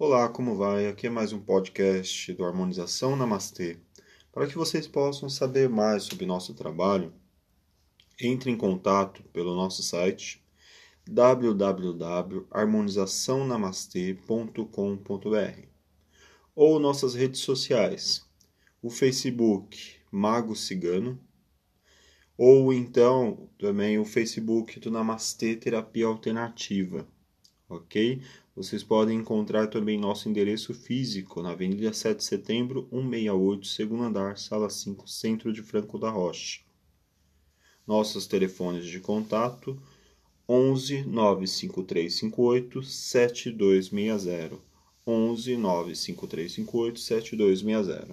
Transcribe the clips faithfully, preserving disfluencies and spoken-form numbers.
Olá, como vai? Aqui é mais um podcast do Harmonização Namastê. Para que vocês possam saber mais sobre nosso trabalho, entre em contato pelo nosso site w w w ponto harmonização namastê ponto com ponto b r ou nossas redes sociais, o Facebook Mago Cigano, ou então também o Facebook do Namastê Terapia Alternativa, ok? Vocês podem encontrar também nosso endereço físico na Avenida sete de Setembro, cento e sessenta e oito, segundo andar, sala cinco, Centro de Franco da Rocha. Nossos telefones de contato onze nove cinco três cinco oito sete dois seis zero, onze nove cinco três cinco oito sete dois seis zero.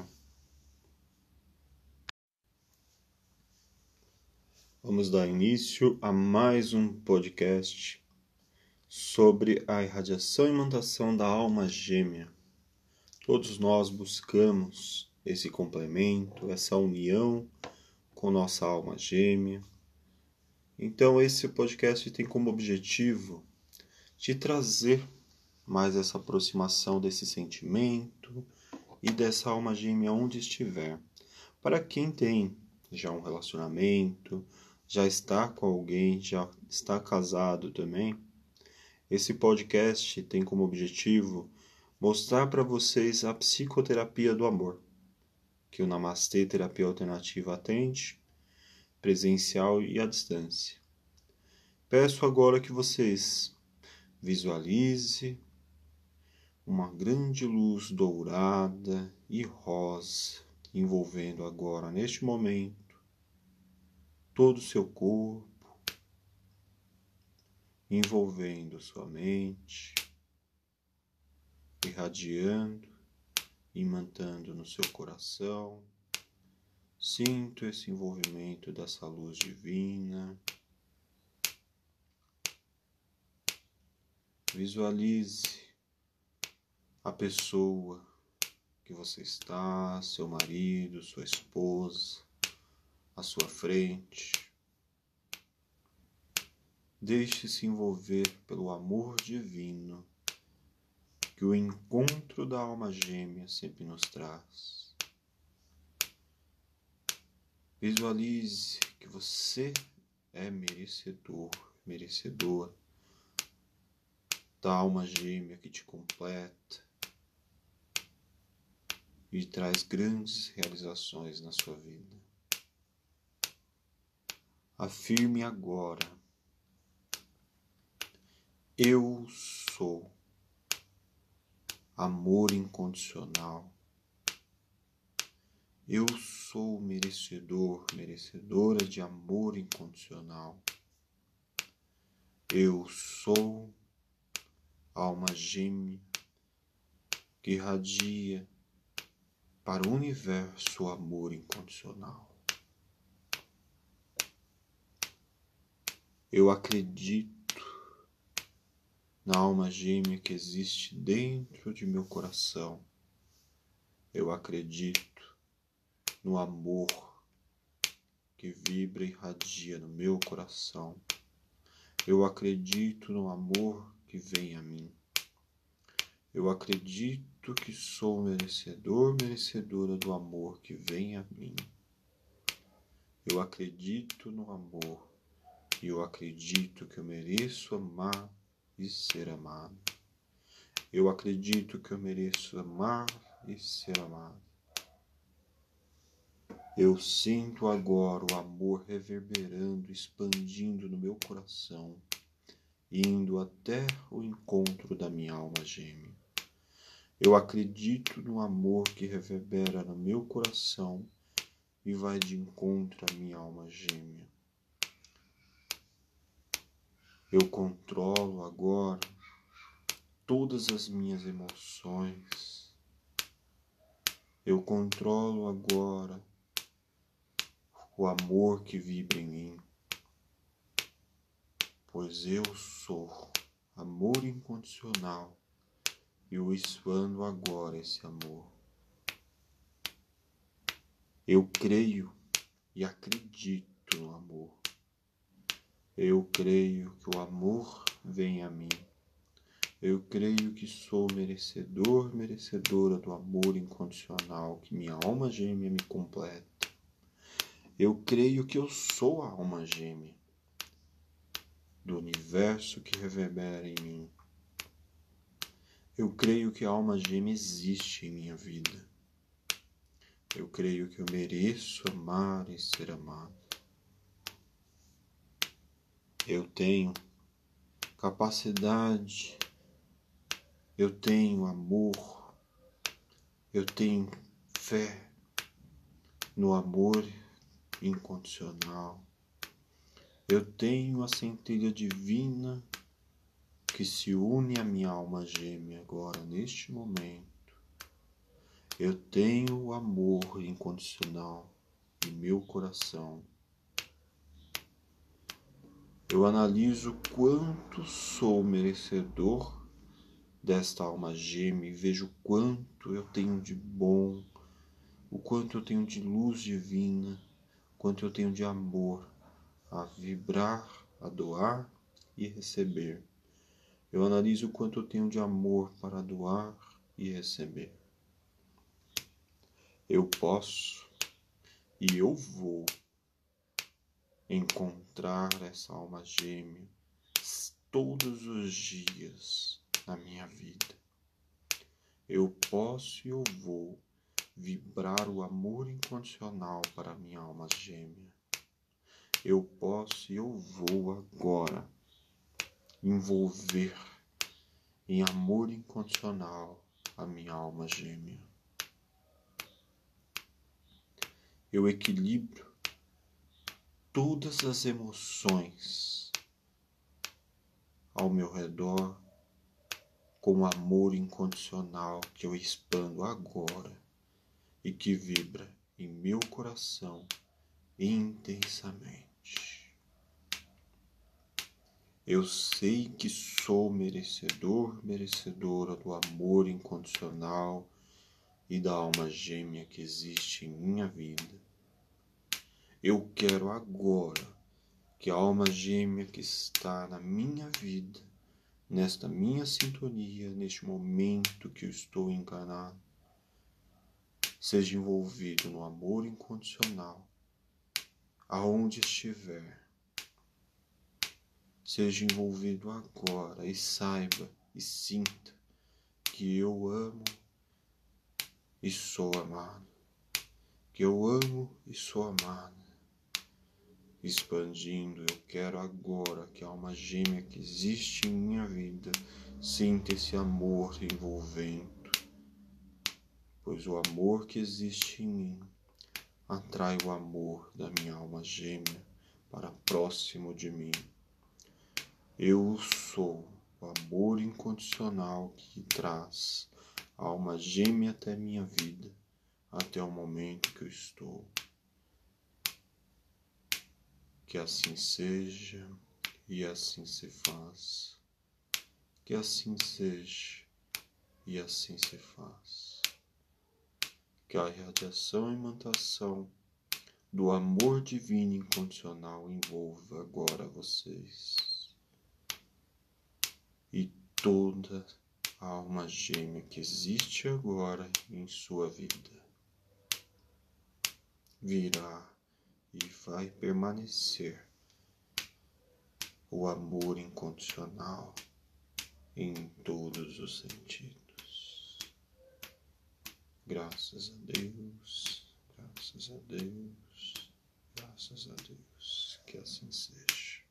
Vamos dar início a mais um podcast sobre a irradiação e imantação da alma gêmea. Todos nós buscamos esse complemento, essa união com nossa alma gêmea. Então esse podcast tem como objetivo de trazer mais essa aproximação desse sentimento e dessa alma gêmea onde estiver. Para quem tem já um relacionamento, já está com alguém, já está casado também, esse podcast tem como objetivo mostrar para vocês a psicoterapia do amor, que o Namastê Terapia Alternativa atende, presencial e à distância. Peço agora que vocês visualizem uma grande luz dourada e rosa, envolvendo agora, neste momento, todo o seu corpo, envolvendo sua mente, irradiando, imantando no seu coração. Sinto esse envolvimento dessa luz divina. Visualize a pessoa que você está, seu marido, sua esposa, à sua frente. Deixe-se envolver pelo amor divino que o encontro da alma gêmea sempre nos traz. Visualize que você é merecedor, merecedora da alma gêmea que te completa e traz grandes realizações na sua vida. Afirme agora: eu sou amor incondicional. Eu sou merecedor, merecedora de amor incondicional. Eu sou alma gêmea que irradia para o universo o amor incondicional. Eu acredito na alma gêmea que existe dentro de meu coração. Eu acredito no amor que vibra e irradia no meu coração. Eu acredito no amor que vem a mim. Eu acredito que sou merecedor, merecedora do amor que vem a mim. Eu acredito no amor e eu acredito que eu mereço amar e ser amado. Eu acredito que eu mereço amar e ser amado. Eu sinto agora o amor reverberando, expandindo no meu coração, indo até o encontro da minha alma gêmea. Eu acredito no amor que reverbera no meu coração e vai de encontro à minha alma gêmea. Eu controlo agora todas as minhas emoções. Eu controlo agora o amor que vibra em mim, pois eu sou amor incondicional e eu expando agora esse amor. Eu creio e acredito no amor. Eu creio que o amor vem a mim. Eu creio que sou merecedor, merecedora do amor incondicional que minha alma gêmea me completa. Eu creio que eu sou a alma gêmea do universo que reverbera em mim. Eu creio que a alma gêmea existe em minha vida. Eu creio que eu mereço amar e ser amado. Eu tenho capacidade, eu tenho amor, eu tenho fé no amor incondicional. Eu tenho a centelha divina que se une à minha alma gêmea agora, neste momento. Eu tenho o amor incondicional em meu coração. Eu analiso quanto sou merecedor desta alma gêmea e vejo quanto eu tenho de bom, o quanto eu tenho de luz divina, quanto eu tenho de amor a vibrar, a doar e receber. Eu analiso o quanto eu tenho de amor para doar e receber. Eu posso e eu vou encontrar essa alma gêmea todos os dias na minha vida. Eu posso e eu vou vibrar o amor incondicional para a minha alma gêmea. Eu posso e eu vou agora envolver em amor incondicional a minha alma gêmea. Eu equilibro todas as emoções ao meu redor com o amor incondicional que eu expando agora e que vibra em meu coração intensamente. Eu sei que sou merecedor, merecedora do amor incondicional e da alma gêmea que existe em minha vida. Eu quero agora que a alma gêmea que está na minha vida, nesta minha sintonia, neste momento que eu estou encarnado, seja envolvido no amor incondicional, aonde estiver. Seja envolvido agora e saiba e sinta que eu amo e sou amado. Que eu amo e sou amado. Expandindo, eu quero agora que a alma gêmea que existe em minha vida sinta esse amor envolvendo. Pois o amor que existe em mim atrai o amor da minha alma gêmea para próximo de mim. Eu sou o amor incondicional que traz a alma gêmea até minha vida, até o momento que eu estou. Que assim seja e assim se faz. Que assim seja e assim se faz. Que a irradiação e imantação do amor divino incondicional envolva agora vocês. E toda a alma gêmea que existe agora em sua vida virá e vai permanecer o amor incondicional em todos os sentidos. Graças a Deus, graças a Deus, graças a Deus, que assim seja.